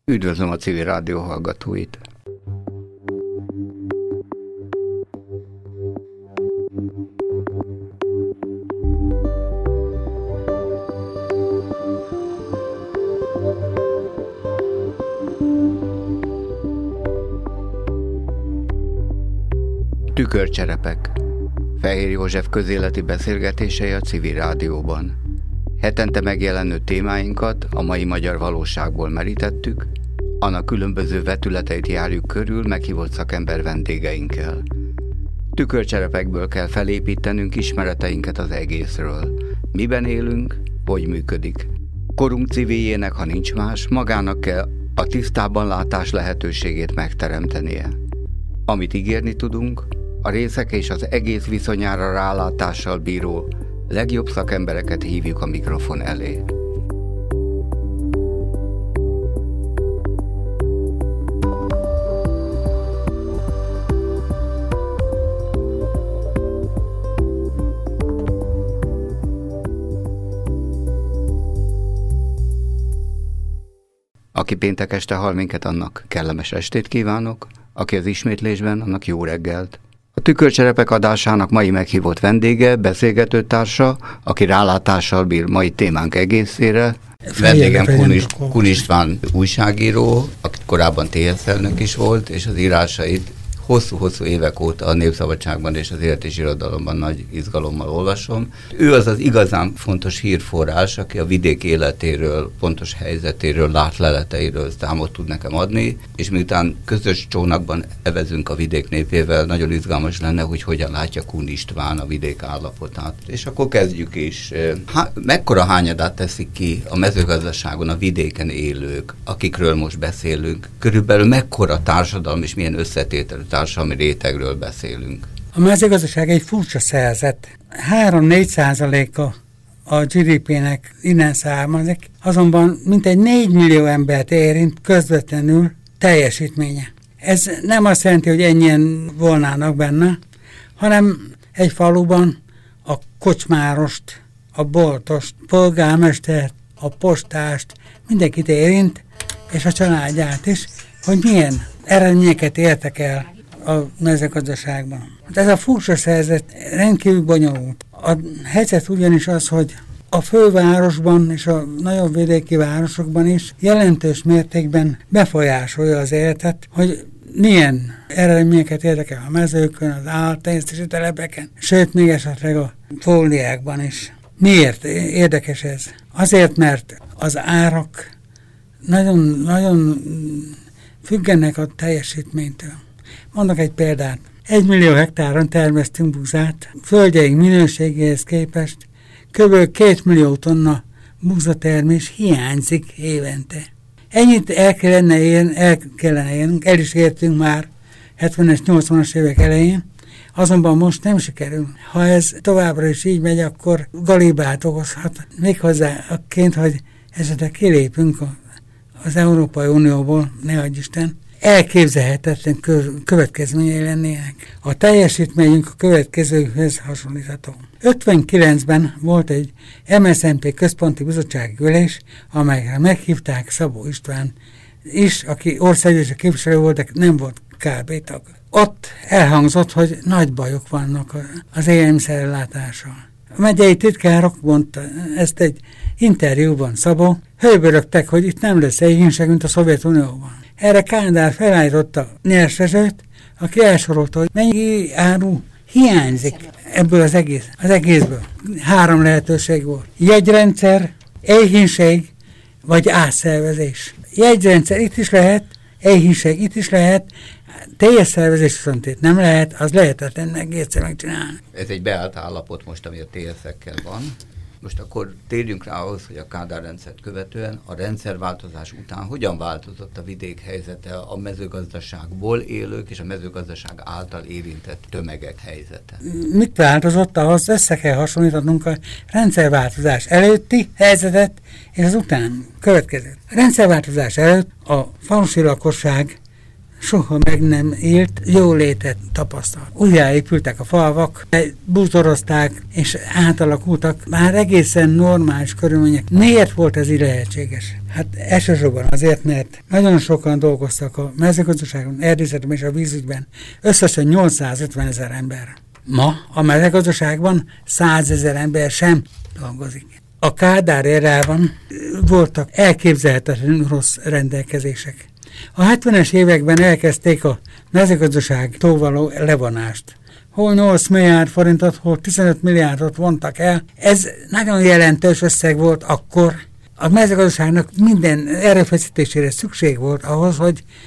Üdvözlöm a civil rádió hallgatóit! Tükörcserepek. Fehér József közéleti beszélgetései a civil rádióban. Hetente megjelenő témáinkat a mai magyar valóságból merítettük, annak különböző vetületeit járjuk körül meghívott szakember vendégeinkkel. Tükörcserepekből kell felépítenünk ismereteinket az egészről. Miben élünk, hogy működik. Korunk civiljének, ha nincs más, magának kell a tisztában látás lehetőségét megteremtenie. Amit ígérni tudunk, a részek és az egész viszonyára rálátással bíró legjobb szakembereket hívjuk a mikrofon elé. Aki péntek este hall minket, annak kellemes estét kívánok, aki az ismétlésben, annak jó reggelt. A Tükörcserepek adásának mai meghívott vendége, beszélgetőtársa, aki rálátással bír mai témánk egészére. Vendégem Kun István újságíró, aki korábban TSZ elnök is volt, és az írásait hosszú-hosszú évek óta a Népszabadságban és az Élet és Irodalomban nagy izgalommal olvasom. Ő az az igazán fontos hírforrás, aki a vidék életéről, pontos helyzetéről, látleleteiről számot tud nekem adni, és miután közös csónakban evezünk a vidék népével, nagyon izgalmas lenne, hogy hogyan látja Kun István a vidék állapotát. És akkor kezdjük is. Mekkora hányadát teszik ki a mezőgazdaságon a vidéken élők, akikről most beszélünk? Körülbelül mekkora társadalom és milyen összetételű társadalmi rétegről beszélünk? A mezőgazdaság egy furcsa szerzet. 3-4% a GDP-nek innen származik, azonban mintegy 4 millió embert érint közvetlenül teljesítménye. Ez nem azt jelenti, hogy ennyien volnának benne, hanem egy faluban a kocsmárost, a boltost, polgármestert, a postást, mindenkit érint, és a családját is, hogy milyen eredményeket értek el a mezőgazdaságban. Ez a furcsa szerzet rendkívül bonyolult. A helyzet ugyanis az, hogy a fővárosban és a nagyobb vidéki városokban is jelentős mértékben befolyásolja az életet, hogy milyen eredményeket értek el a mezőkön, az állattenyésztési telepeken, sőt még esetleg a fóliákban is. Miért érdekes ez? Azért, mert az árak nagyon függenek a teljesítménytől. Mondok egy példát. 1 millió hektáron termesztünk búzát, földjeink minőségéhez képest kb. 2 millió tonna búzatermés hiányzik évente. Ennyit el kellene érnünk, el is értünk már 70-es, 80-as évek elején, azonban most nem sikerül. Ha ez továbbra is így megy, akkor galibát okozhat. Méghozzá akként, hogy esetleg kilépünk az Európai Unióból, ne adj Isten, elképzelhetetlen következményei lennének. A teljesítményünk a következőhöz hasonlítható. 59-ben volt egy MSZNP központi bizottsági ülés, amelyre meghívták Szabó István is, aki országgyűlési képviselő volt, de nem volt KB tag. Ott elhangzott, hogy nagy bajok vannak az élelmiszerellátással. A megyei titkárok mondta ezt egy interjúban Szabó, hőbörögtek, hogy itt nem lesz éhínség, mint a Szovjetunióban. Erre Kádár felállította nyersvezőt, aki elsorolta, hogy mennyi áru hiányzik ebből az egészből. 3 lehetőség volt. Jegyrendszer, éhínség, vagy átszervezés. Jegyrendszer itt is lehet, éhínség itt is lehet, teljes szervezés viszont itt nem lehet, az lehetetlen egészen megcsinálni. Ez egy beállt állapot most, ami a TSZ-ekkel van. Most akkor térjünk rá ahhoz, hogy a Kádár rendszert követően, a rendszerváltozás után hogyan változott a vidék helyzete, a mezőgazdaságból élők és a mezőgazdaság által érintett tömegek helyzete? Mit változott? Ahhoz össze kell hasonlítanunk a rendszerváltozás előtti helyzetet és az után következő. A rendszerváltozás előtt a falusi lakosság soha meg nem élt jólétet tapasztalt. Újjáépültek a falvak, bútorozták és átalakultak már egészen normális körülmények. Miért volt ez így lehetséges? Hát elsősorban azért, mert nagyon sokan dolgoztak a mezőgazdaságon, erdészetben és a vízügyben, összesen 850 000 ember. Ma a mezőgazdaságban 100 000 ember sem dolgozik. A Kádár érában voltak elképzelhetetlenül rossz rendelkezések. A 70-es években elkezdték a mezőgazdaságtól való levonást. Hol 8 milliárd forintot, hol 15 milliárdot vontak el. Ez nagyon jelentős összeg volt akkor. A mezőgazdaságnak minden erőfeszítésére szükség volt ahhoz,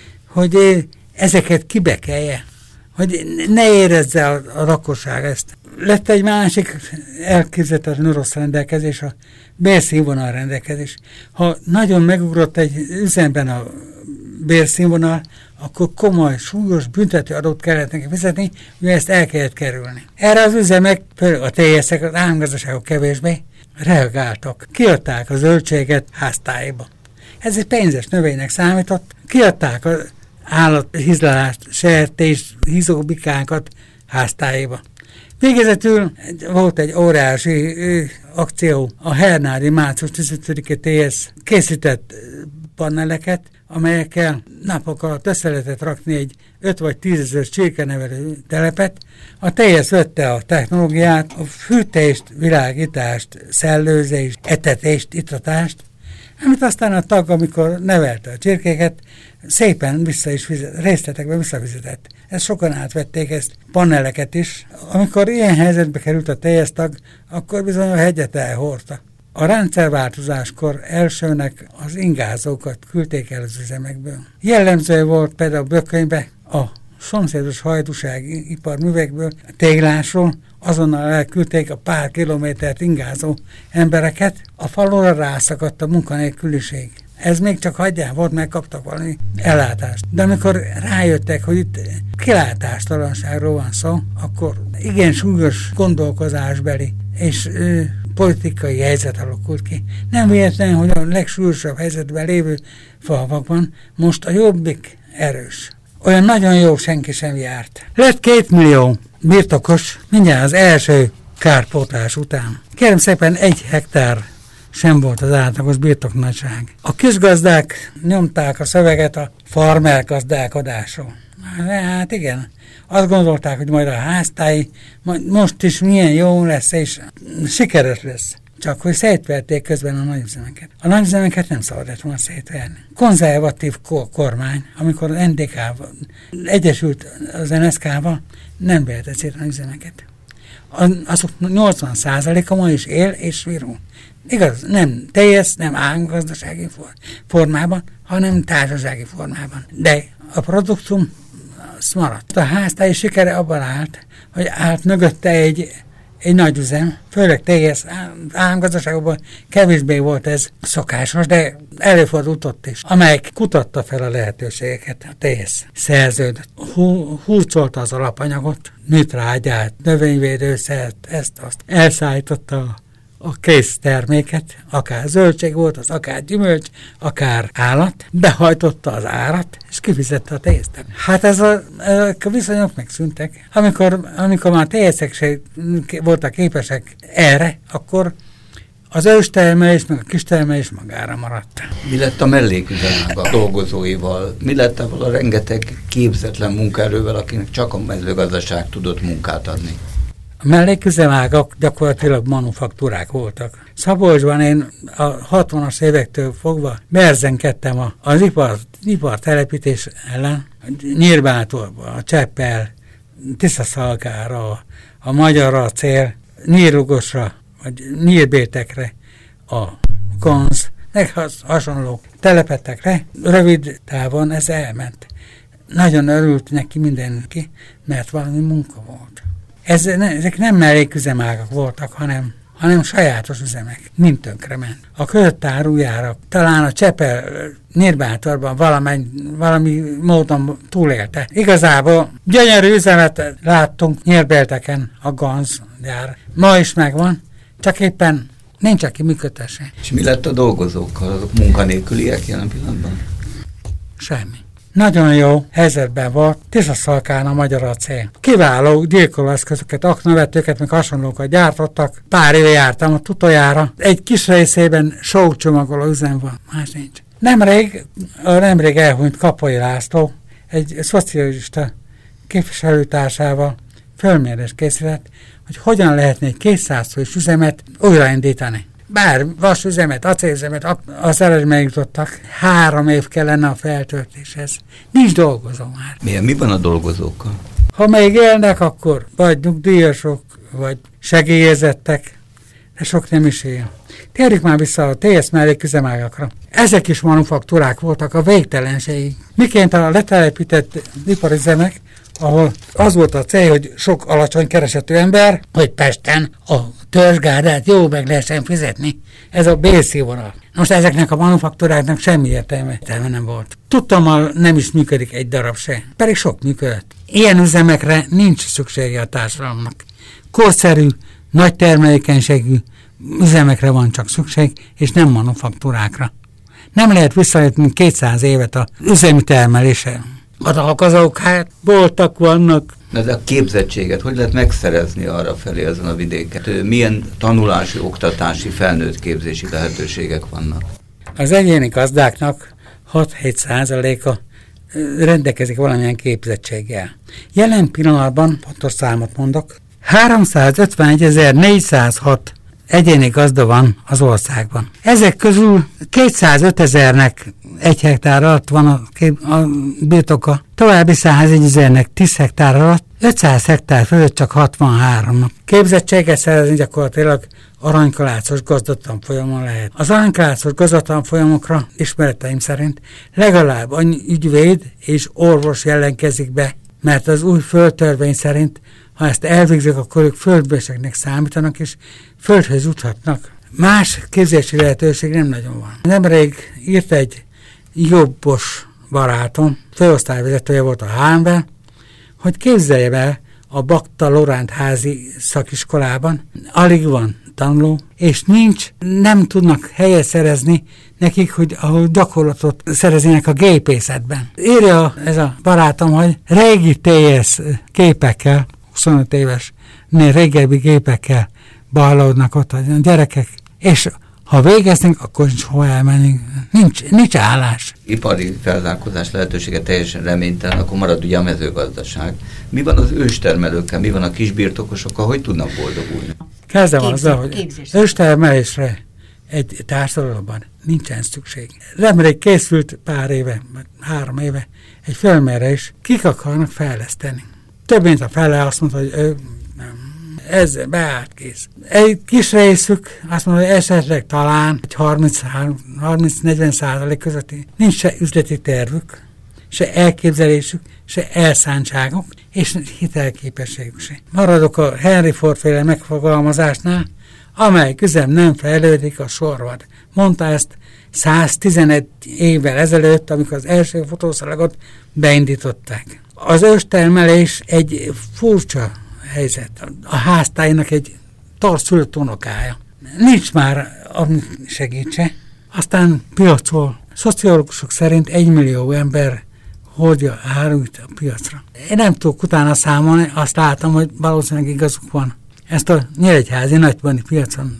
hogy ezeket kibekelje, hogy ne érezze a lakosság ezt. Lett egy másik elképzelhetetlen rossz rendelkezés, a bérszínvonal rendelkezés. Ha nagyon megugrott egy üzemben a bérszínvonal, akkor komoly, súlyos büntetőadót kellett neki fizetni, hogy ezt el kellett kerülni. Erre az üzemek, például a TSZ-ek, az államgazdaságok kevésbé reagáltak. Kiadták a zöldséget háztáiba. Ez egy pénzes növénynek számított. Kiadták az állathizlalást, sertés, hízóbikákat háztáiba. Végezetül volt egy óriási akció, a Hernádi március 15-i TSZ készített paneleket, amelyekkel napok alatt össze lehetett rakni egy 5 vagy 10 000 csirkenevelő telepet. A TSZ vette a technológiát, a fűtést, világítást, szellőzést, etetést, itatást, amit aztán a tag, amikor nevelte a csirkéket, szépen vissza is részletekben visszafizetett. Ezt sokan átvették, ezt paneleket is. Amikor ilyen helyzetbe került a TSZ tag, akkor bizony a hegyet elhordta. A rendszerváltozáskor elsőnek az ingázókat küldték el az üzemekből. Jellemző volt például Bökönybe a szomszédos hajdúsági iparművekből, a téglásról, azonnal elküldték a pár kilométert ingázó embereket, a falura rászakadt a munkanélküliség. Ez még csak hagyján volt, mert kaptak valami ellátást. De amikor rájöttek, hogy itt kilátástalanságról van szó, akkor igen súlyos gondolkozásbeli és politikai helyzet alakult ki. Nem véletlen, hogy a legsúlyosabb helyzetben lévő falvakban most a Jobbik erős. Olyan nagyon jó senki sem járt. Lett 2 millió birtokos mindjárt az első kárpótlás után. Kérem szépen 1 hektár sem volt az átlagos birtoknagyság. A kisgazdák nyomták a szöveget a farmer gazdálkodásról. Hát igen, azt gondolták, hogy majd a háztáji most is milyen jó lesz, és sikeres lesz. Csak hogy szétverték közben a nagyüzemeket. A nagyüzemeket nem szabadott volna szétverni. Konzervatív kormány, amikor az NDK-val egyesült az NSZK-val, nem vehetett szét a nagyüzemeket. Azok 80%-a ma is él és virul. Igaz, nem teljes, nem államgazdasági formában, hanem társasági formában. De a produktum az maradt. A háztáji sikere abban állt, hogy állt mögötte egy nagyüzem, főleg teljes államgazdaságokban kevésbé volt ez szokásos, de előfordult ott is, amelyik kutatta fel a lehetőségeket, a TSZ szerződött, hurcolta az alapanyagot, műtrágyát, növényvédőszert, ezt-azt, elszállította a kész terméket, akár zöldség volt, az akár gyümölcs, akár állat, behajtotta az árat, és kifizette a TSZ-t. Hát ezek a viszonyok megszűntek. Amikor már TSZ-ek se voltak képesek erre, akkor az őstermelés, meg a kistermelés magára maradt. Mi lett a melléküzemek a dolgozóival? Mi lett avval a rengeteg képzetlen munkaerővel, akinek csak a mezőgazdaság tudott munkát adni? A melléküzemágak gyakorlatilag manufaktúrák voltak. Szabolcsban én a 60-as évektől fogva berzenkedtem az ipartelepítés ellen, Nyírbátorba, a Cseppel, Tiszaszalkára, a Magyar Acél, Nyírugosra, vagy Nyírbétekre, a Konz, meg hasonló telepetekre. Rövid távon ez elment. Nagyon örült neki mindenki, mert valami munka volt. Ezek nem melléküzemágak voltak, hanem sajátos üzemek. Mind tönkrement. A közöttárujárak talán a Csepel Nyírbátorban valami módon túlélte. Igazából gyönyörű üzemet láttunk Nyírbélteken a Ganz gyár. Ma is megvan, csak éppen nincs, aki működtesse. És mi lett a dolgozókkal? Azok munkanélküliek jelen pillanatban? Semmi. nagyon jó helyzetben volt Tiszaszalkán a Magyar Acél. Kiváló gyilkolóeszközöket, aknavetőket, meg hasonlókat gyártottak. Pár éve jártam ott utoljára. Egy kis részében sócsomagoló üzem van, más nincs. Nemrég elhunyt Kapai László egy szocialista képviselőtársával fölmérés készített, hogy hogyan lehetne egy 200 fős üzemet újraindítani. Bár vasüzemet, acélüzemet, az eredményre jutottak, 3 év kellene a feltöltéshez. Nincs dolgozó már. Mi van a dolgozókkal? Ha még élnek, akkor vagy nyugdíjasok, vagy segélyezettek, de sok nem is él. Térjük már vissza a TS melléküzemágakra. Ezek is manufaktúrák voltak a végtelenségig. Miként a letelepített iparizemek, ahol az volt a cél, hogy sok alacsony keresetű ember, hogy Pesten a törzsgárdát jó meg lehessen fizetni. Ez a bérszínvonal. Most ezeknek a manufaktúráknak semmi értelme nem volt. Tudtommal nem is működik egy darab se, pedig sok működött. Ilyen üzemekre nincs szüksége a társadalomnak. Korszerű, nagy termelékenységű üzemekre van csak szükség, és nem manufaktúrákra. Nem lehet visszajöttni 200 évet az üzemi termelése. A dolgozók, hát boltak vannak. Ez a képzettséget hogy lehet megszerezni arra felé ezen a vidéken? Milyen tanulási, oktatási, felnőtt képzési lehetőségek vannak? Az egyéni gazdáknak 6-7%-a rendelkezik valamilyen képzettséggel. Jelen pillanatban, pontos számot mondok, 351.406 egyéni gazda van az országban. Ezek közül 205 000-nek 1 hektár alatt van a birtoka, további 101 000-nek 10 hektár alatt, 500 hektár fölött csak 63-nak. Képzettséget szerezni gyakorlatilag aranykalácos gazdatanfolyamon lehet. Az aranykalácos gazdatanfolyamokra ismereteim szerint legalább annyi ügyvéd és orvos jelentkezik be, mert az új földtörvény szerint, ha ezt elvégzik, akkor ők földbőseknek számítanak, és földhöz juthatnak. Más képzési lehetőség nem nagyon van. Nemrég írt egy jobbos barátom, főosztályvezetője volt a HM-ben, hogy képzelje be a Bakta Loránd házi szakiskolában, alig van tanuló, és nem tudnak helyet szerezni nekik, hogy ahol gyakorlatot szereznének a gépészetben. Írja ez a barátom, hogy régi TS képekkel, 25 évesnél régebbi gépekkel bajlódnak ott a gyerekek, és ha végeznek, akkor nincs hova elmenni. Nincs állás. Ipari felzárkózás lehetősége teljesen reménytelen, akkor marad ugye a mezőgazdaság. Mi van az őstermelőkkel, mi van a kisbirtokosokkal, hogy tudnak boldogulni? Kezdem azzal, hogy őstermelésre egy társadalomban nincsen szükség. Nemrég készült pár éve, 3 éve egy fölmérés, kik akarnak fejleszteni. Több mint a fele azt mondta, hogy ő nem. Ez beállt kész. Egy kis részük azt mondja, hogy esetleg talán egy 30-40% közötti nincs se üzleti tervük, se elképzelésük, se elszántságuk, és hitelképességük se. Maradok a Henry Ford féle megfogalmazásnál, amely üzem nem fejlődik, a sorvad. Mondta ezt 111 évvel ezelőtt, amikor az első fotószalagot beindították. Az őstermelés egy furcsa helyzet. A háztájnak egy tartszülött unokája. Nincs már, ami segítse. Aztán piacol. Szociológusok szerint 1 millió ember hordja árut a piacra. Én nem tudok utána számolni, azt láttam, hogy valószínűleg igazuk van. Ezt a nyíregyházi nagybani piacon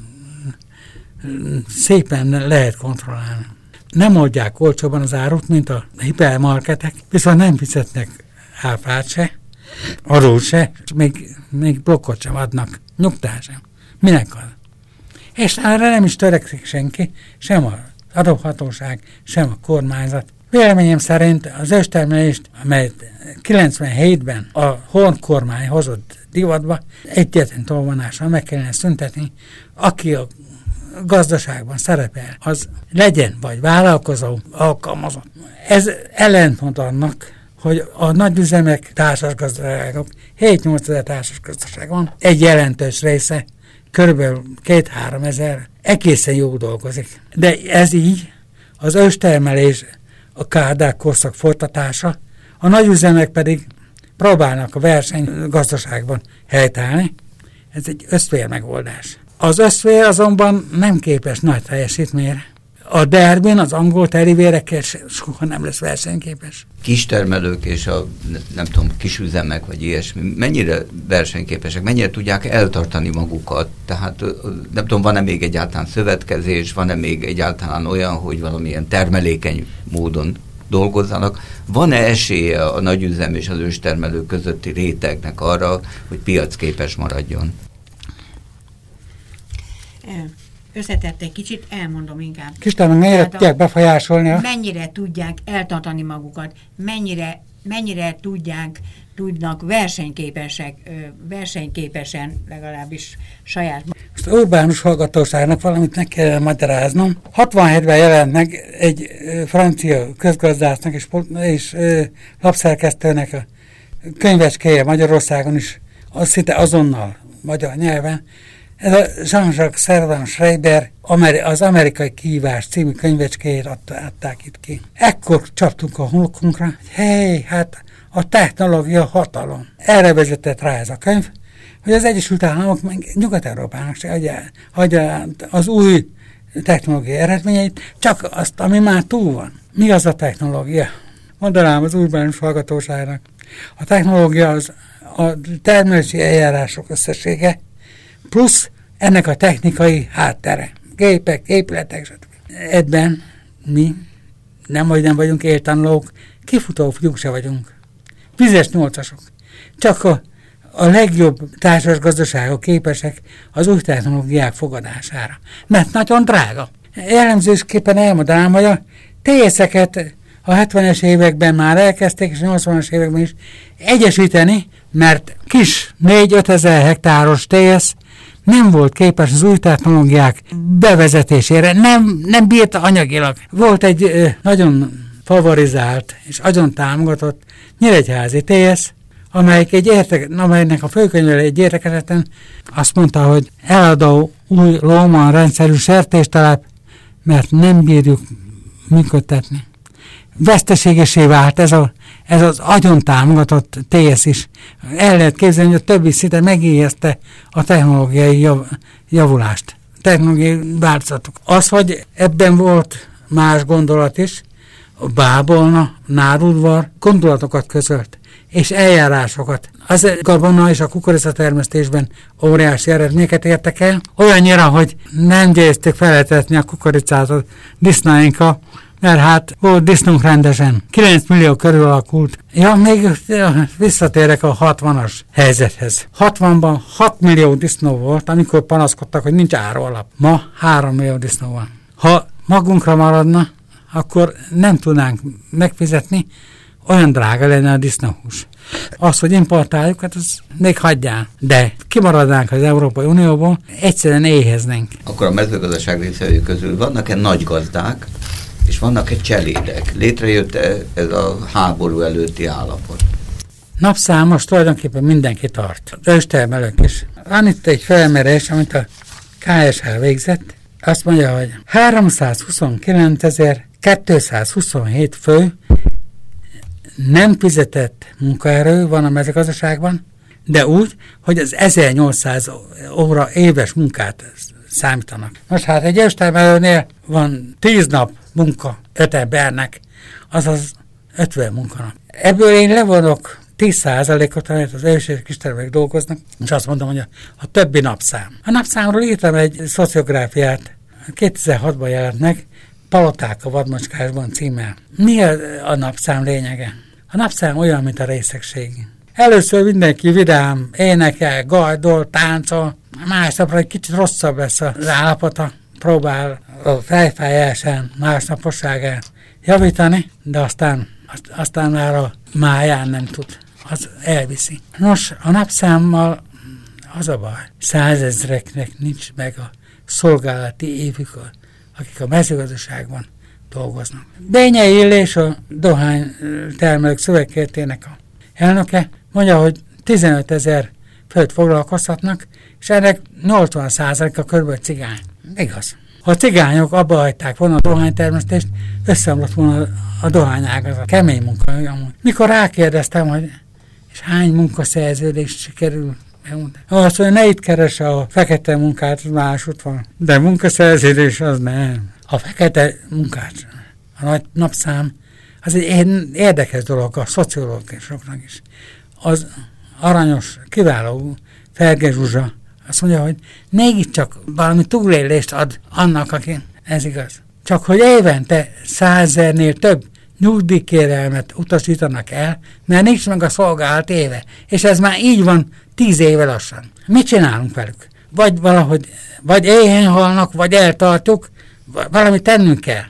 szépen lehet kontrollálni. Nem oldják olcsóban az árut, mint a hipermarketek, viszont nem fizetnek áfát se, adót se, még blokkot sem adnak, nyugtát sem. Minek az? És erre nem is törekszik senki, sem az adóhatóság, sem a kormányzat. Véleményem szerint az őstermelést, amelyet 97-ben a Horn kormány hozott divatba, egyetlen tolvonással meg kellene szüntetni, aki a gazdaságban szerepel, az legyen vagy vállalkozó, alkalmazott. Ez ellentmond annak, hogy a nagyüzemek, társasgazdaságok, 7-8 ezer társasgazdaság van, egy jelentős része, körülbelül 2-3 ezer egészen jó dolgozik. De ez így, az őstermelés a Kádár korszak folytatása, a nagyüzemek pedig próbálnak a versenygazdaságban helytállni. Ez egy összfér megoldás. Az összfér azonban nem képes nagy teljesítményre. a derbén az angol terrivérekkel soha nem lesz versenyképes. Kistermelők és a, nem tudom, kisüzemek, vagy ilyesmi, mennyire versenyképesek, mennyire tudják eltartani magukat? Tehát nem tudom, van-e még egyáltalán szövetkezés, van-e még egyáltalán olyan, hogy valamilyen termelékeny módon dolgozzanak? Van-e esélye a nagyüzem és az őstermelő közötti rétegnek arra, hogy piacképes maradjon? Összetett egy kicsit, elmondom inkább. Kistának mennyire tudják befolyásolni? Mennyire tudják eltartani magukat, mennyire tudnak versenyképesen legalábbis saját. Most urbánus hallgatóságnak valamit meg kell magyaráznom. 67-ben jelent meg egy francia közgazdásznak és lapszerkesztőnek a könyvecskéje Magyarországon is, az szinte azonnal magyar nyelven. Ez a Jean-Jacques Servan Schreiber az Amerikai Kihívás című könyvecskéjét adták itt ki. Ekkor csaptunk a homlokunkra, hogy hey, hát a technológia hatalom. Erre vezetett rá ez a könyv, hogy az Egyesült Államok meg Nyugat-Európának se adja az új technológia eredményeit, csak azt, ami már túl van. Mi az a technológia? Mondanám az urbánus hallgatóságnak. A technológia az a termelési eljárások összessége, plusz ennek a technikai háttere. Gépek, épületek, stb. Ebben mi nem vagyunk éltanulók, kifutó fiúk se vagyunk. Vizes nyolcasok. Csak a legjobb társas gazdaságok képesek az új technológiák fogadására. Mert nagyon drága. Jellemzésképpen elmondanám, hogy a TS-eket a 70-es években már elkezdték, és a 80-as években is egyesíteni, mert kis 4-5 ezer hektáros TS nem volt képes az új technológiák bevezetésére, nem bírta anyagilag. Volt egy nagyon favorizált és nagyon támogatott nyíregyházi TS, amelynek a főkönyvelő egy értekezeten azt mondta, hogy eladó új Lóman rendszerű sertéstelep, mert nem bírjuk működtetni. Veszteségesé vált ez az agyon támogatott TS is. El lehet képzelni, hogy a többi szinte megijeszte a technológiai javulást, technológiai változatok. Az, hogy ebben volt más gondolat is, a Bábolna, Nárudvar gondolatokat közölt, és eljárásokat. Az gabona és a kukoricatermesztésben óriási eredményeket értek el, olyannyira, hogy nem győztük feletetni a kukoricát a disznóinkkal, mert hát volt disznónk rendesen. 9 millió körül alakult. Még visszatérek a 60-as helyzethez. 60-ban 6 millió disznó volt, amikor panaszkodtak, hogy nincs árualap. Ma 3 millió disznó van. Ha magunkra maradna, akkor nem tudnánk megfizetni, olyan drága lenne a disznóhús. Az, hogy importáljuk, hát az még hagyján. De kimaradnánk az Európai Unióból, egyszerűen éheznénk. Akkor a mezőgazdaság részvevői közül vannak-e nagy gazdák, és vannak-e cselédek? Létrejött ez a háború előtti állapot? Napszámos tulajdonképpen mindenki tart. Az őstermelők is. Van itt egy felmérés, amit a KSH végzett. Azt mondja, hogy 329.227 fő nem fizetett munkaerő van a mezőgazdaságban, de úgy, hogy az 1800 óra éves munkát számítanak. Most hát egy őstermelőnél van 10 nap munka 5 embernek, azaz 50 munkanap. Ebből én levonok 10%-ot, amit az ős és kistermelők dolgoznak, és azt mondom, hogy a többi napszám. A napszámról írtam egy szociográfiát, 2006-ban jelent meg, Paloták a vadmacskásban címmel. Mi a napszám lényege? A napszám olyan, mint a részegség. Először mindenki vidám, énekel, gajdol, táncol, másnapra egy kicsit rosszabb lesz az állapota, próbál a fejfájásán, másnaposságán javítani, de aztán már a máján nem tud, az elviszi. Nos, a napszámmal az a baj, 100 000-eknek nincs meg a szolgálati évük, akik a mezőgazdaságban dolgoznak. Bényei Illés, a dohánytermelők szövegkértének a elnöke, mondja, hogy 15 000 főt foglalkoztatnak, és ennek 80%-a körülbelül cigány. Igaz. Ha a cigányok abba hagyták volna a dohánytermesztést, összeomlott volna a dohányágazat. Kemény munka. Mikor rákérdeztem, hogy és hány munkaszerződést sikerül megmondani. Azt mondja, ne itt keresse a fekete munkát, másút van. De munkaszerződés az nem. A fekete munkás, a nagy napszám, az egy érdekes dolog a szociológusoknak is. Az aranyos, kiváló Ferge Zsuzsa azt mondja, hogy mégiscsak valami túlélést ad annak, aki ez igaz. Csak hogy évente 100 000-nél több nyugdíjkérelmet utasítanak el, mert nincs meg a szolgálat éve. És ez már így van 10 éve lassan. Mit csinálunk velük? Vagy valahogy, vagy éhen halnak, vagy eltartjuk, valamit tennünk kell.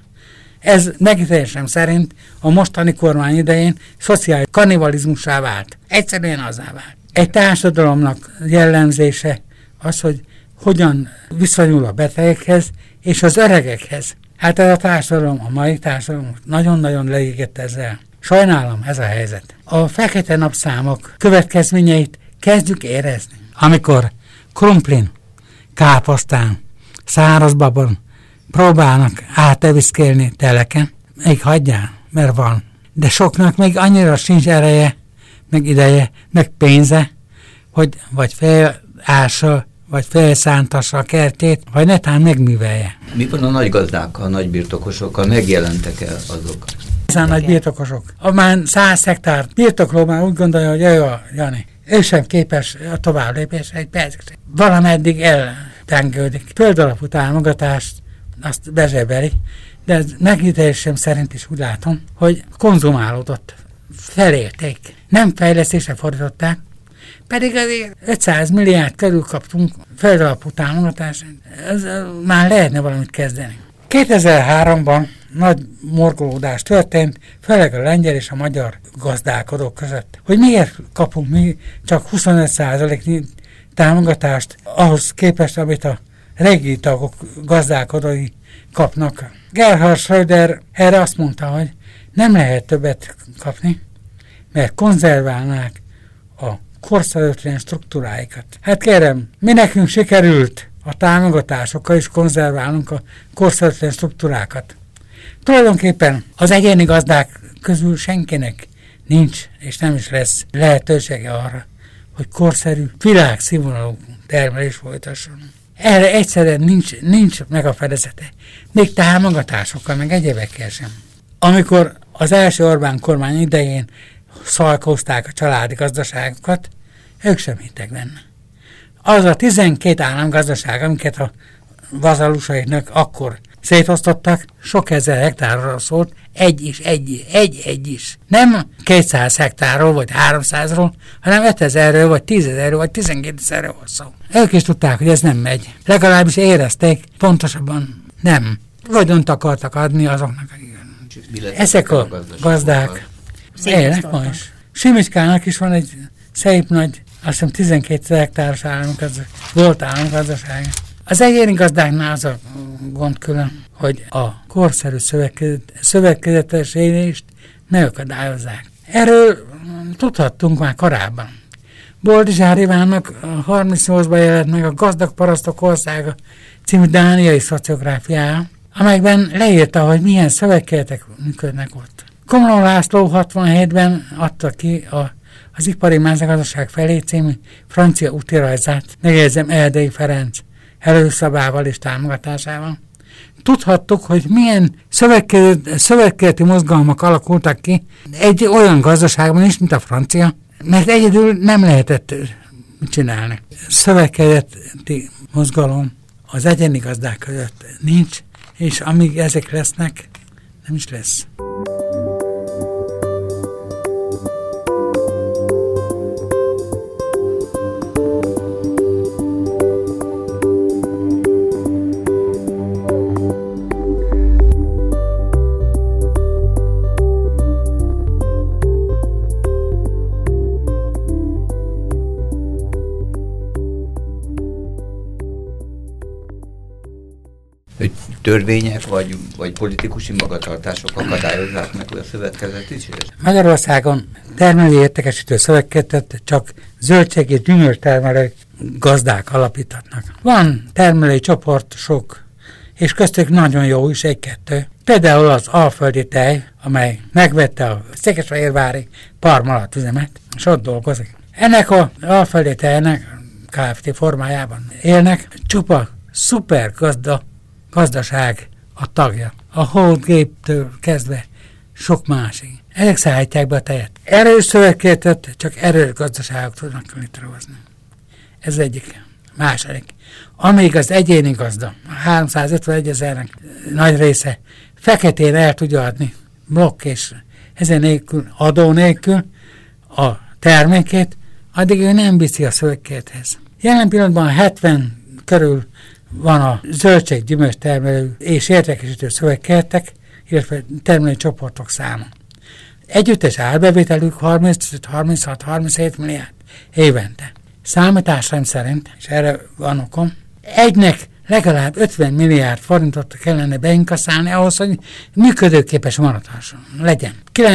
Ez megítélésem szerint a mostani kormány idején szociális kannibalizmussá vált. Egyszerűen azzá vált. Egy társadalomnak jellemzése az, hogy hogyan viszonyul a betegekhez és az öregekhez. Hát ez a társadalom, a mai társadalom nagyon-nagyon leégett ezzel. Sajnálom, ez a helyzet. A fekete napszámok következményeit kezdjük érezni. Amikor krumplin, káposztán, szárazbabon próbálnak áteviszkélni teleken, még hagyjál, mert van. De soknak még annyira sincs ereje, meg ideje, meg pénze, hogy vagy felássa, vagy felszántassa a kertjét, vagy netán megművelje. Mi van a nagy gazdákkal, a nagy birtokosokkal? Megjelentek el azok? Ezen nagy birtokosok. A már 100 hektár birtokló már úgy gondolja, hogy jaj, Jani, ő sem képes a továbblépésre egy percre. Valameddig eltengődik. Földalapú támogatást azt bezsebeli, de ez megítélésem szerint is úgy látom, hogy konzumálódott, felélték. Nem fejlesztésre fordították, pedig azért 500 milliárd körül kaptunk földalapú támogatást, ez már lehetne valamit kezdeni. 2003-ban nagy morgolódás történt, főleg a lengyel és a magyar gazdálkodók között. Hogy miért kapunk mi csak 25% támogatást ahhoz képest, amit a régi tagok gazdálkodói kapnak. Gerhard Schröder erre azt mondta, hogy nem lehet többet kapni, mert konzerválnák a korszerűtlen struktúráikat. Hát kérem, mi nekünk sikerült a támogatásokkal is konzerválnunk a korszerűtlen struktúrákat. Tulajdonképpen az egyéni gazdák közül senkinek nincs, és nem is lesz lehetősége arra, hogy korszerű, világszínvonalú termelés folytasson. Erre egyszerűen nincs meg a fedezete. Még támogatásokkal, meg egyébekkel sem. Amikor az első Orbán kormány idején szalkozták a családi gazdaságokat, ők sem hittek benne. Az a 12 államgazdaság, amiket a vazalusaiknak akkor szétosztottak, sok ezer hektárról szólt, egy is. Nem 200 hektárról, vagy 300-ról, hanem 5000-ről, vagy 10.000-ről, vagy 12.000-ről szó. Ők is tudták, hogy ez nem megy. Legalábbis érezték, pontosabban nem. Vagyont akartak adni azoknak, akik. Ezek a gazdák élnek ma is. Simicskának is van egy szép nagy, azt hiszem 12 hektáros volt államgazdasága. Az egyéni gazdáknál az a gond külön, hogy a korszerű szövetkezetesítést ne akadályozzák. Erről tudhattunk már korábban. Boldizsár Ivánnak 38-ban jelent meg a Gazdag Parasztok Országa című dániai szociográfiája, amelyben leírta, hogy milyen szövetkezetek működnek ott. Komló László 67-ben adta ki az Ipari Mezőgazdaság felé című francia útirajzát, megjegyzem Erdélyi Ferenc előszabával és támogatásával. Tudhattuk, hogy milyen szövetkezeti mozgalmak alakultak ki egy olyan gazdaságban is, mint a francia, mert egyedül nem lehetett csinálni. Szövetkezeti mozgalom az egyéni gazdák között nincs, és amíg ezek lesznek, nem is lesz. Törvények vagy politikusi magatartások akadályozzák meg a szövetkezetítést? Magyarországon termelői értékesítő szövetkezetet csak zöldség és gyümölcstermelő gazdák alapítatnak. Van termelői csoport sok, és köztük nagyon jó is egy-kettő. Például az Alföldi Tej, amely megvette a Székesfehérvári Parmalat üzemet, és ott dolgozik. Ennek az Alföldi Tejnek Kft. Formájában élnek, csupa szuper gazdaság a tagja. A hódgéptől kezdve sok másik. Ezek szállítják be a tejet. Erős szövetkezetet csak erős gazdaságok tudnak létrehozni. Ez egyik. Második. Amíg az egyéni gazda, a 351 000-nek nagy része feketén el tudja adni blokk és ezen nélkül, adó nélkül a termékét, addig ő nem viszi a szövetkezethez. Jelen pillanatban 70 körül van a zöldség-gyümölcs termelő és értékesítő szövetkezetek, illetve termelő csoportok száma. Együttes árbevételük 35-36-37 milliárd évente. Számításaim szerint, és erre van okom, egynek legalább 50 milliárd forintot kellene beinkasszálni ahhoz, hogy működőképes maradhasson. Legyen.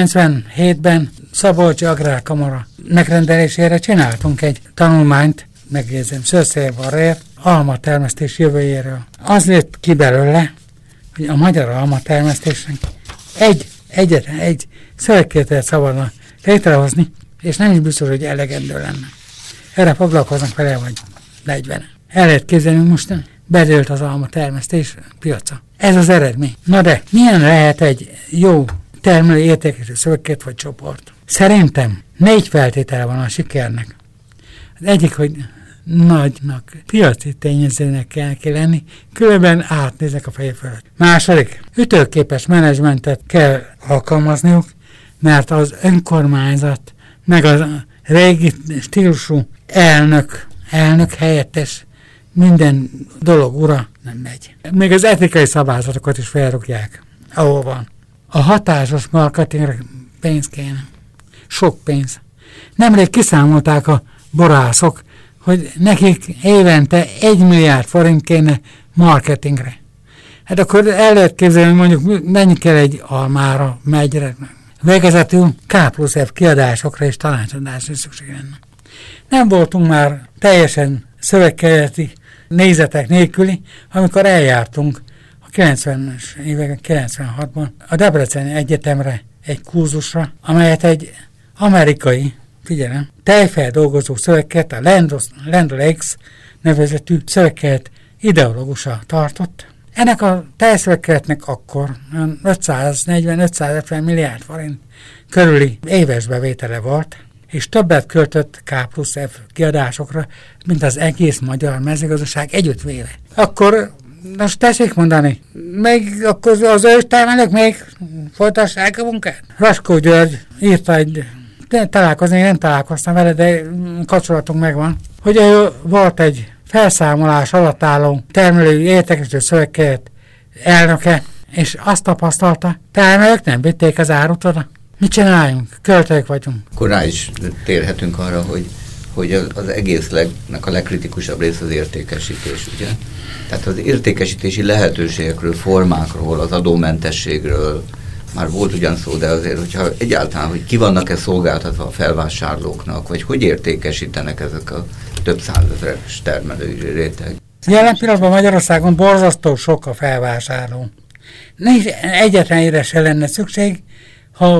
97-ben Szabolcsi Agrárkamara megrendelésére csináltunk egy tanulmányt, megjegyzem, Szőszél-Barrér almatermesztés jövőjéről. Az lett ki belőle, hogy a magyar almatermesztésnek egyetlen egy szövetkezetet szabadna létrehozni, és nem is biztos, hogy elegendő lenne. Erre foglalkoznak vele, vagy 40. El lehet képzelni, most bedőlt az almatermesztés piaca. Ez az eredmény. Na de, milyen lehet egy jó termelő értékesítő szövetkezet vagy csoport? Szerintem 4 feltétele van a sikernek. Az egyik, hogy nagynak, piaci tényezőnek kell lenni, különben átnéznek a feje fölött. Második, ütőképes menedzsmentet kell alkalmazniuk, mert az önkormányzat, meg a régi stílusú elnök helyettes, minden dolog ura nem megy. Még az etikai szabályzatokat is felrúgják, ahol van. A hatásos marketingre pénz kéne. Sok pénz. Nemrég kiszámolták a borászok, hogy nekik évente 1 milliárd forint kéne marketingre. Hát akkor el lehet képzelni, hogy mondjuk mennyi kell egy almára, megyre. Végezetül K+F kiadásokra és tanácsadásra is szükség lenne. Nem voltunk már teljesen szövetkezeti nézetek nélküli, amikor eljártunk a 90-es évek, 96-ban a Debreceni Egyetemre egy kurzusra, amelyet egy amerikai, figyelem, tejfeldolgozó szövetkezet, a Land O'Lakes nevezetű szövetkezet ideológusa tartott. Ennek a tejszövetkezetnek akkor 540-550 milliárd forint körüli éves bevétele volt, és többet költött K+F kiadásokra, mint az egész magyar mezőgazdaság együttvéve. Akkor, most tessék mondani, még akkor az őstermelők még folytassák a munkát? Raskó György írta találkozni, nem találkoztam vele, de kapcsolatunk megvan, hogy volt egy felszámolás alatt álló termelői értékesítő szövetkezet elnöke, és azt tapasztalta, termelők nem vitték az árut oda. Mit csináljunk? Költők vagyunk. Akkor rá is térhetünk arra, hogy az egésznek a legkritikusabb rész az értékesítés, ugye? Tehát az értékesítési lehetőségekről, formákról, az adómentességről már volt ugyan szó, de azért, hogyha egyáltalán, hogy ki vannak-e szolgáltatva a felvásárlóknak, vagy hogy értékesítenek ezek a több százezeres termelői réteg. Jelen pillanatban Magyarországon borzasztó sok a felvásárló. Nincs egyetlen ére se lenne szükség, ha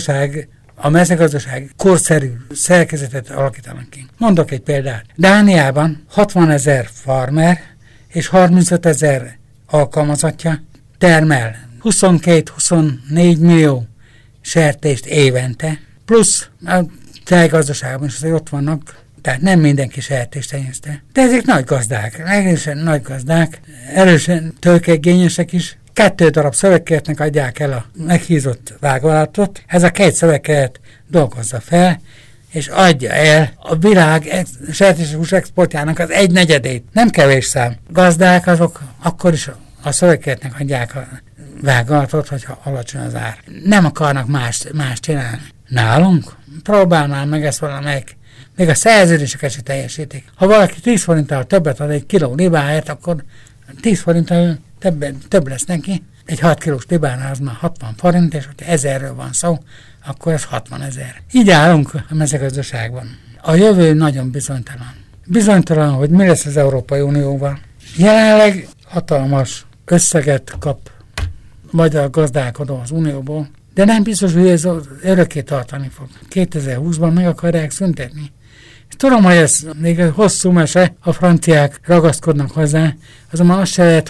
a mezőgazdaság korszerű szerkezetet alakítanak ki. Mondok egy példát. Dániában 60 000 farmer és 35 000 alkalmazottja termel 22-24 millió sertést évente, plusz a tejgazdaságban is azért ott vannak, tehát nem mindenki sertést tenyészte. De ezek nagy gazdák, erősen nagy gazdák, erősen tőkeigényesek is. 2 darab szövetkezetnek adják el a meghízott vágóállatot. Ez a 2 szövetkezet dolgozza fel, és adja el a világ sertéshús exportjának az 1/4. Nem kevés szám. Gazdák azok akkor is a szövetkezetnek adják a vágóállatot, hogyha alacsony az ár. Nem akarnak más csinálni. Nálunk próbálnál meg ezt valamelyik. Még a szerződéseket is teljesítik. Ha valaki 10 forinttal többet ad egy kiló libáért, akkor 10 forinttal több lesz neki. Egy 6 kilós libánál az már 60 forint, és hogyha 1000-ről van szó, akkor ez 60 000. Így állunk a mezőgazdaságban. A jövő nagyon bizonytalan. Bizonytalan, hogy mi lesz az Európai Unióval. Jelenleg hatalmas összeget kap magyar gazdálkodó az Unióból, de nem biztos, hogy ez örökké tartani fog. 2020-ban meg akarják szüntetni. Tudom, hogy ez még egy hosszú mese, a franciák ragaszkodnak hozzá, azonban azt se lehet, hogy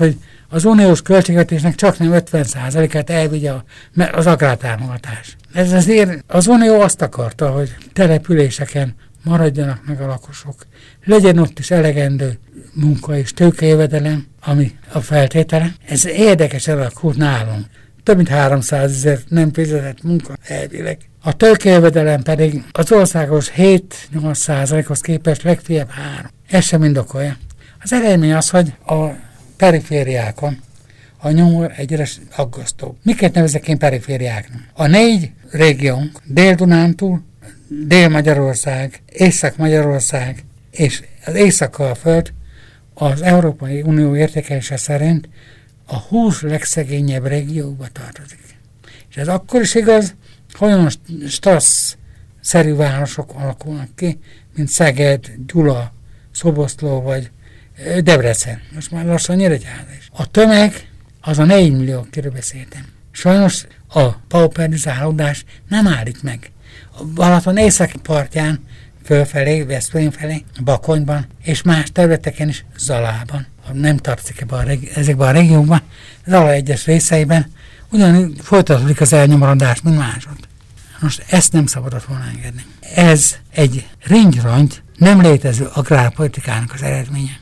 az uniós költségvetésnek csak nem 50%-át elvigye az agrártámogatás. Ez azért az unió azt akarta, hogy településeken maradjanak meg a lakosok. Legyen ott is elegendő munka és tőkejövedelem, ami a feltétele. Ez érdekes alakult nálunk. Több mint 300 000 nem fizetett munka elvileg. A tőkejövedelem pedig az országos 7-8%-hoz képest legfeljebb 3. Ez sem indokolja. Az eredmény az, hogy a perifériákon a nyomor egyre aggasztóbb. Miket nevezek én perifériáknak? A 4 régiónk, Dél-Dunántúl, Dél-Magyarország, Észak-Magyarország és az Észak-Alföld az Európai Unió értékelése szerint a 20 legszegényebb régióba tartozik. És ez akkor is igaz, hogy olyan Strassz-szerű városok alakulnak ki, mint Szeged, Gyula, Szoboszló vagy Debrecen. Most már lassan Nyíregyháza is. A tömeg az a 4 millió, akiről beszéltem. Sajnos a pauperizálódás nem állít meg. A Balaton északi partján, fölfelé, Veszprém felé, Bakonyban, és más területeken is, Zalában. Nem tartozik ezekben a régiókban, Zala egyes részeiben, ugyanúgy folytatódik az elnyomorodás, mint másod. Most ezt nem szabadott volna engedni. Ez egy ringy-rongy, nem létező agrárpolitikának az eredménye.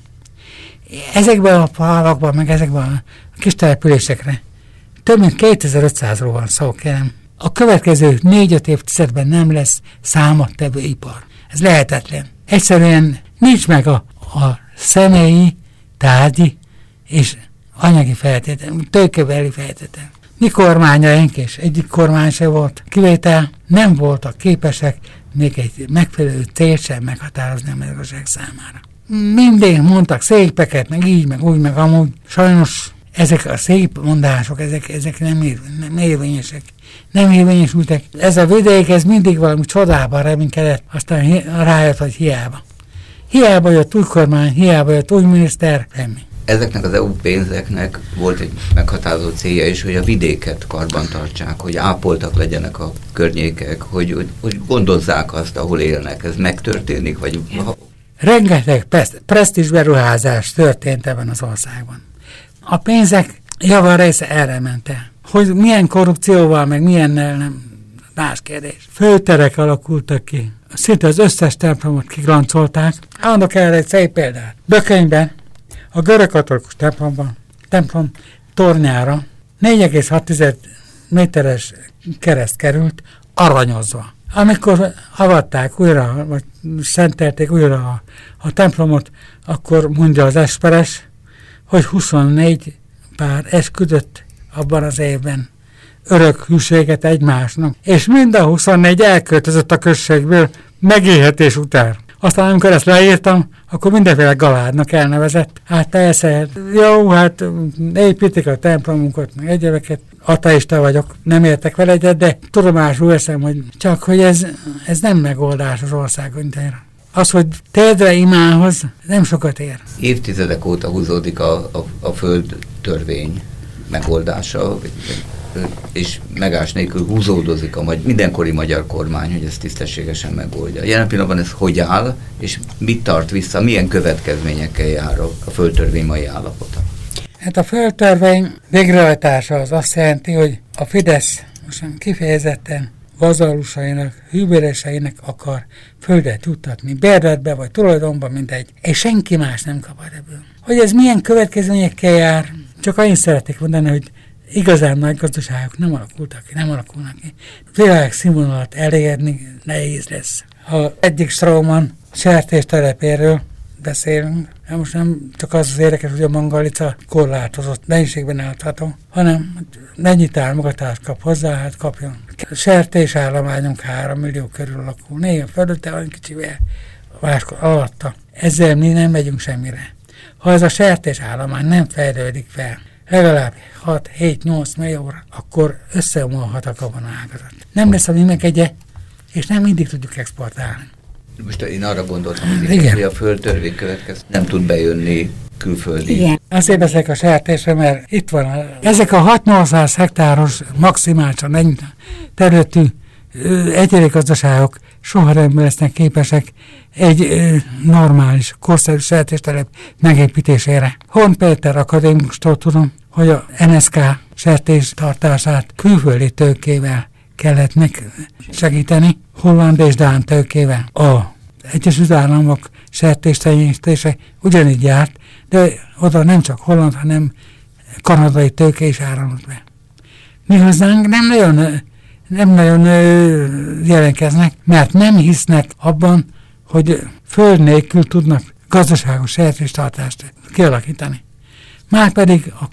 Ezekben a falvakban, meg ezekben a kis településekre több mint 2500-ról van szó, kérem. A következő 4-5 évtizedben nem lesz számottevő ipar. Ez lehetetlen. Egyszerűen nincs meg a személyi, tárgyi és anyagi feltétel, tőkebeli feltétel. Mi kormányaink, és egyik kormány se volt kivétel, nem voltak képesek még egy megfelelő célt sem meghatározni a mezőgazdaság számára. Mindig mondtak szépeket, meg így, meg úgy, meg amúgy. Sajnos ezek a szép mondások, ezek nem érvényesek. Nem érvényesültek. Ez a vidék, ez mindig valami csodában reménykedett, aztán rájött, hogy hiába. Hiába jött új kormány, hiába jött új miniszter, semmi. Ezeknek az EU pénzeknek volt egy meghatározó célja is, hogy a vidéket karbantartsák, hogy ápoltak legyenek a környékek, hogy gondozzák azt, ahol élnek. Ez megtörténik, vagy... Rengeteg presztízs beruházás történt ebben az országban. A pénzek java része erre ment el. Hogy milyen korrupcióval, meg milyennel, nem más kérdés. Főterek alakultak ki. Szinte az összes templomot kiglancolták. Mondok erre egy szép példát. Bökönyben, a görög katolikus templom tornyára 4,6 méteres kereszt került aranyozva. Amikor avatták újra, vagy szentelték újra a templomot, akkor mondja az esperes, hogy 24 pár esküdött abban az évben örök hűséget egymásnak, és mind a 24 elköltözött a községből megélhetés után. Aztán amikor ezt leírtam, akkor mindenféle galádnak elnevezett. Hát persze, jó, hát építik a templomunkat, meg egyebeket, ateista vagyok, nem értek vele egyet, de tudomásul veszem, hogy csak hogy ez nem megoldás az országunkra. Az, hogy térdre imánhoz, nem sokat ér. Évtizedek óta húzódik a földtörvény megoldása, és megás nélkül húzódozik a mindenkori magyar kormány, hogy ezt tisztességesen megoldja. Jelen pillanatban ez hogy áll, és mit tart vissza, milyen következményekkel jár a földtörvény mai állapota? Hát a földtörvény végrehajtása az azt jelenti, hogy a Fidesz most kifejezetten vazallusainak, hűbéreseinek akar földet juttatni, bérletbe vagy tulajdonba, mindegy, és senki más nem kapad ebből. Hogy ez milyen következményekkel jár, csak annyit szeretnék mondani, hogy igazán nagy gazdaságok nem alakulnak ki. Világszínvonalat elérni nehéz lesz. Ha egyik Straumann sertéstelepéről beszélünk, most nem csak az érdekes, hogy a Mangalica korlátozott mennyiségben állható, hanem mennyi támogatást kap hozzá, hát kapjon. A sertésállományunk 3 millió körül alakul, néha fölötte, olyan kicsivel máskor alatta. Ezzel mi nem megyünk semmire. Ha ez a sertésállomány nem fejlődik fel, legalább 6-7-8 millióra, akkor összeomolhat a gabonaágazat. Nem lesz a mi megegye, és nem mindig tudjuk exportálni. Most én arra gondoltam, hogy a földtörvény következtében nem tud bejönni külföldi. Igen. Azért beszélek a sertésre, mert itt van ezek a 6-800 hektáros maximálisan területű egyedi gazdaságok soha nem lesznek képesek egy normális, korszerű sertéstelep megépítésére. Horn Péter akadémikustól tudom, hogy a NSK sertés tartását külföldi tőkével kellett megsegíteni, holland és dán tőkével. A Egyesült Államok sertéstenyésztése ugyanígy járt, de oda nem csak holland, hanem kanadai tőke is áramlott be. Mi hozzánk nem nagyon jelenkeznek, mert nem hisznek abban, hogy föld nélkül tudnak gazdaságos sertéstartást kialakítani. Márpedig a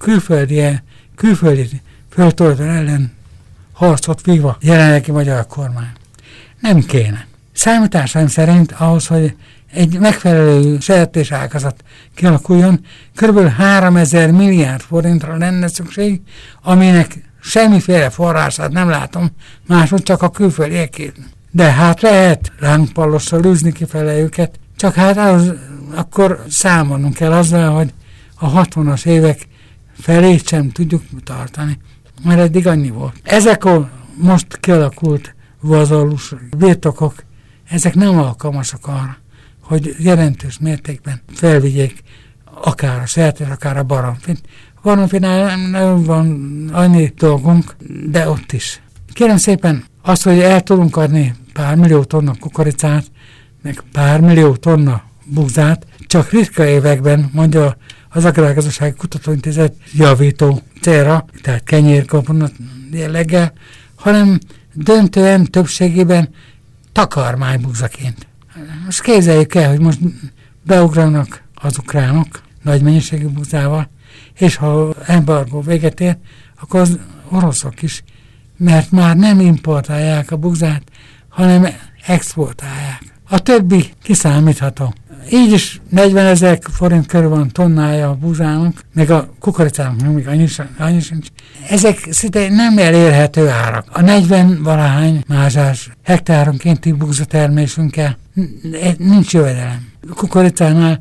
külföldi földtulajdon ellen harcot vívva jelenlegi magyar kormány. Nem kéne. Számításaim szerint ahhoz, hogy egy megfelelő sertéságazat kialakuljon, kb. 3000 milliárd forintra lenne szükség, aminek semmiféle forrását nem látom, máshogy csak a külföldiekét. De hát lehet lángpallossal űzni kifele őket, csak hát akkor számolnunk kell azzal, hogy a 60-as évek felé sem tudjuk tartani, mert eddig annyi volt. Ezek a most kialakult vazalus birtokok, ezek nem alkalmasak arra, hogy jelentős mértékben felvigyék akár a sertés, akár a baromfit. Baromfinál nem van annyi dolgunk, de ott is. Kérem szépen, azt, hogy el tudunk adni pár millió tonna kukoricát, meg pár millió tonna búzát, csak ritka években, mondja az Agrárgazdasági Kutatóintézet javító célra, tehát kenyérgabona jelleggel, hanem döntően többségében takarmánybúzaként. Most képzeljük el, hogy most beugranak az ukránok nagy mennyiségű búzával, és ha embargó véget ér, akkor az oroszok is, mert már nem importálják a búzát, hanem exportálják. A többi kiszámítható. Így is 40 000 forint körül van tonnája a búzának, meg a kukoricának még annyi sincs. Ezek szinte nem elérhető árak. A 40-valahány mázsás hektáronkénti búzatermésünkkel nincs jövedelem. A kukoricánál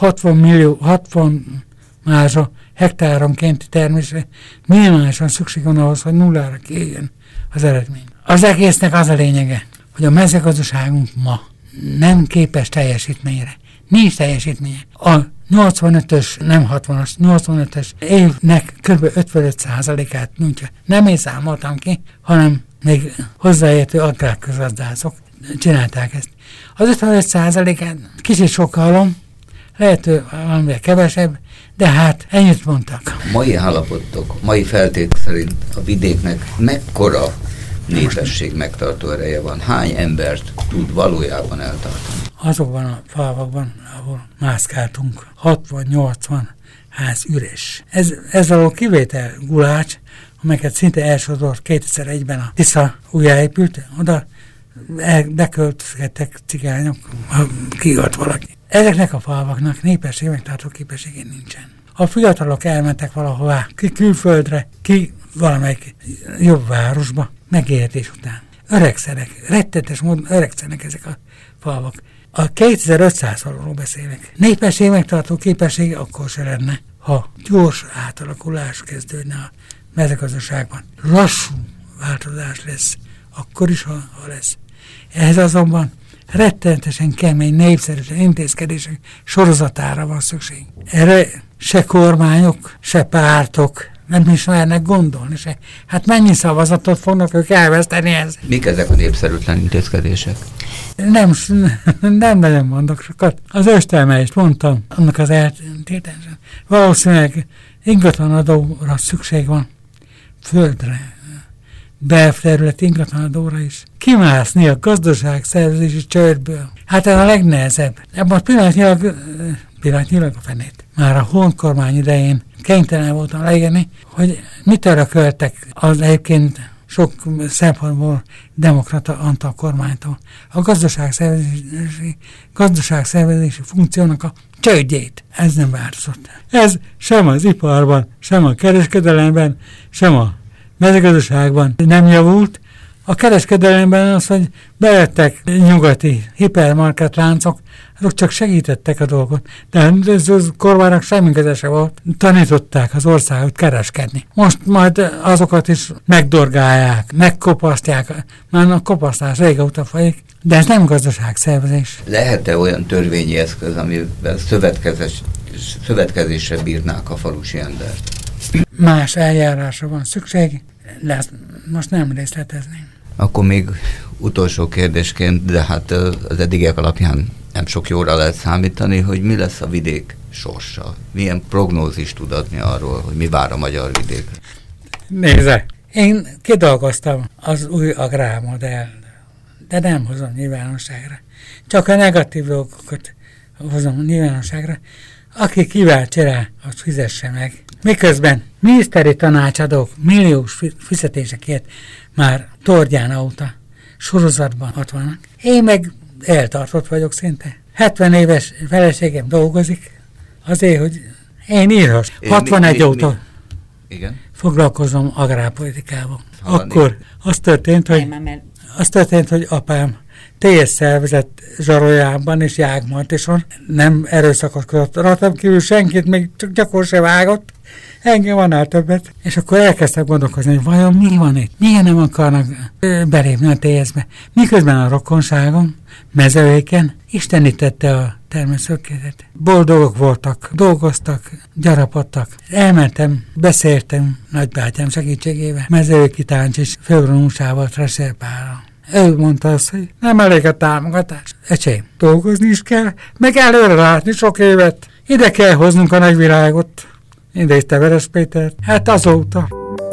60 mázsa hektáronkénti termésre minimálisan szükség van ahhoz, hogy nullára kijöjjön az eredmény. Az egésznek az a lényege, hogy a mezőgazdaságunk ma nem képes teljesítményre. Nincs teljesítménye. A 85-ös, nem 60-as, 85-ös évnek kb. 55%-át nyújtja. Nem én számoltam ki, hanem még hozzáértő agrárközgazdászok csinálták ezt. Az 55%-át kicsit sokalom, lehet, valamivel kevesebb, de hát ennyit mondtak. Mai állapotok, mai feltétek szerint a vidéknek mekkora népesség megtartó ereje van? Hány embert tud valójában eltartani? Azokban a falvakban, ahol mászkáltunk, 60-80 ház üres. Ez a kivétel Gulács, amelyeket szinte elsodort 2001-ben a Tisza újjáépült, oda beköltözhettek cigányok, ha kigalt valaki. Ezeknek a falvaknak népesség megtartó képessége nincsen. A fiatalok elmentek valahová, ki külföldre, ki valamelyik jobb városba, megélhetés után. Öregszenek, rettenetes módon öregszenek ezek a falvak. A 2500-ról beszélek. Népesség megtartó képessége akkor se lenne, ha gyors átalakulás kezdődne a mezőgazdaságban. Lassú változás lesz, akkor is, ha lesz. Ehhez azonban rettenetesen kemény, népszerűtlen intézkedések sorozatára van szükség. Erre se kormányok, se pártok nem is mernek gondolni se. Hát mennyi szavazatot fognak ők elveszteni ez? Mik ezek a népszerűtlen intézkedések? Nem nagyon mondok sokat. Az ösztelmelést mondtam, annak az eltétesen. Valószínűleg ingatlanadóra szükség van, földre, belterület ingatlanadóra is. Kimászni a gazdaságszervezési csődből. Hát ez a legnehezebb. Ebben pillanatnyilag a fenét. Már a honkormány idején kénytelen voltam leírni, hogy mit örököltek az egyébként sok szempontból demokrata Antal kormánytól. A gazdaságszervezési funkciónak a csődjét. Ez nem változott. Ez sem az iparban, sem a kereskedelemben, sem a mezőgazdaságban nem javult, A kereskedelemben az, hogy bejöttek nyugati hipermarket láncok, azok csak segítettek a dolgot, de kormánynak semmi köze se volt. Tanították az országot kereskedni. Most majd azokat is megdorgálják, megkopasztják, már a kopasztás régóta folyik, de ez nem gazdaságszervezés. Lehet-e olyan törvényi eszköz, amivel szövetkezésre bírnák a falusi embert? Más eljárásra van szükség, de ezt most nem részletezném. Akkor még utolsó kérdésként, de hát az eddigiek alapján nem sok jóra lehet számítani, hogy mi lesz a vidék sorsa. Milyen prognózist tud adni arról, hogy mi vár a magyar vidékre? Nézze, én kidolgoztam az új agrármodell, de nem hozom nyilvánosságra. Csak a negatív dolgokat hozom nyilvánosságra. Aki kíváncsi rá, az fizesse meg. Miközben miniszteri tanácsadók milliós fizetésekért már Tordján óta sorozatban ott vannak. Én meg eltartott vagyok szinte. 70 éves feleségem dolgozik azért, hogy én írhass. 61 óta foglalkozom agrárpolitikával. Akkor az történt, hogy apám teljes szervezet zsaroljában és Jágmartison nem erőszakoskodott. Rajtam kívül senkit még csak gyakor se vágott, engem annál többet. És akkor elkezdtek gondolkozni, hogy vajon mi van itt? Miért nem akarnak belépni a TS-be? Miközben a rokonságom mezőéken istenítette a termőszökéletet. Boldogok voltak, dolgoztak, gyarapodtak. Elmentem, beszéltem nagybátyám segítségével, mezőéki tánc és főgranúsával, Treserpárral. Ő mondta azt, hogy nem elég a támogatás. Ecsém, dolgozni is kell, meg előre látni sok évet. Ide kell hoznunk a nagyvilágot. Idézte Veres Pétert. Hát azóta.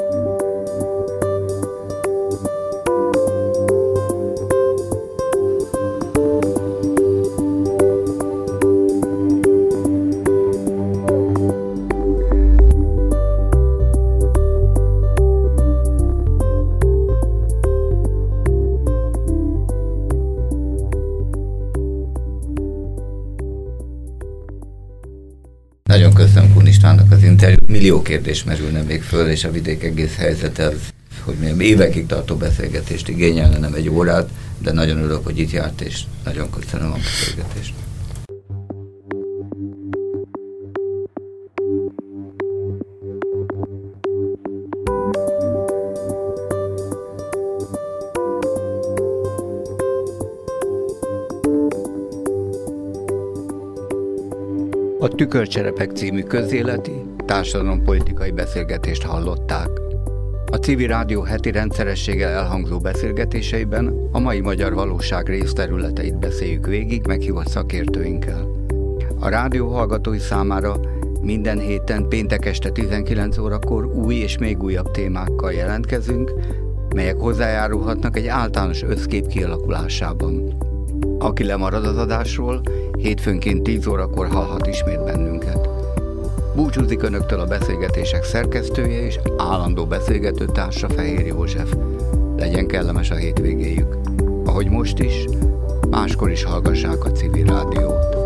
Nagyon köszönöm Kun Istvánnak az interjút. Millió kérdés merülne még föl, és a vidék egész helyzete az, hogy milyen évekig tartó beszélgetést igényelne, nem egy órát, de nagyon örülök, hogy itt járt, és nagyon köszönöm a beszélgetést. A Tükörcserepek című közéleti, társadalompolitikai beszélgetést hallották. A Civil Rádió heti rendszerességgel elhangzó beszélgetéseiben a mai magyar valóság részterületeit beszéljük végig meghívott szakértőinkkel. A rádió hallgatói számára minden héten péntek este 19 órakor új és még újabb témákkal jelentkezünk, melyek hozzájárulhatnak egy általános összkép kialakulásában. Aki lemarad az adásról, hétfőnként 10 órakor hallhat ismét bennünket. Búcsúzik Önöktől a beszélgetések szerkesztője és állandó beszélgető társa Fehér József. Legyen kellemes a hétvégéjük. Ahogy most is, máskor is hallgassák a Civil Rádiót.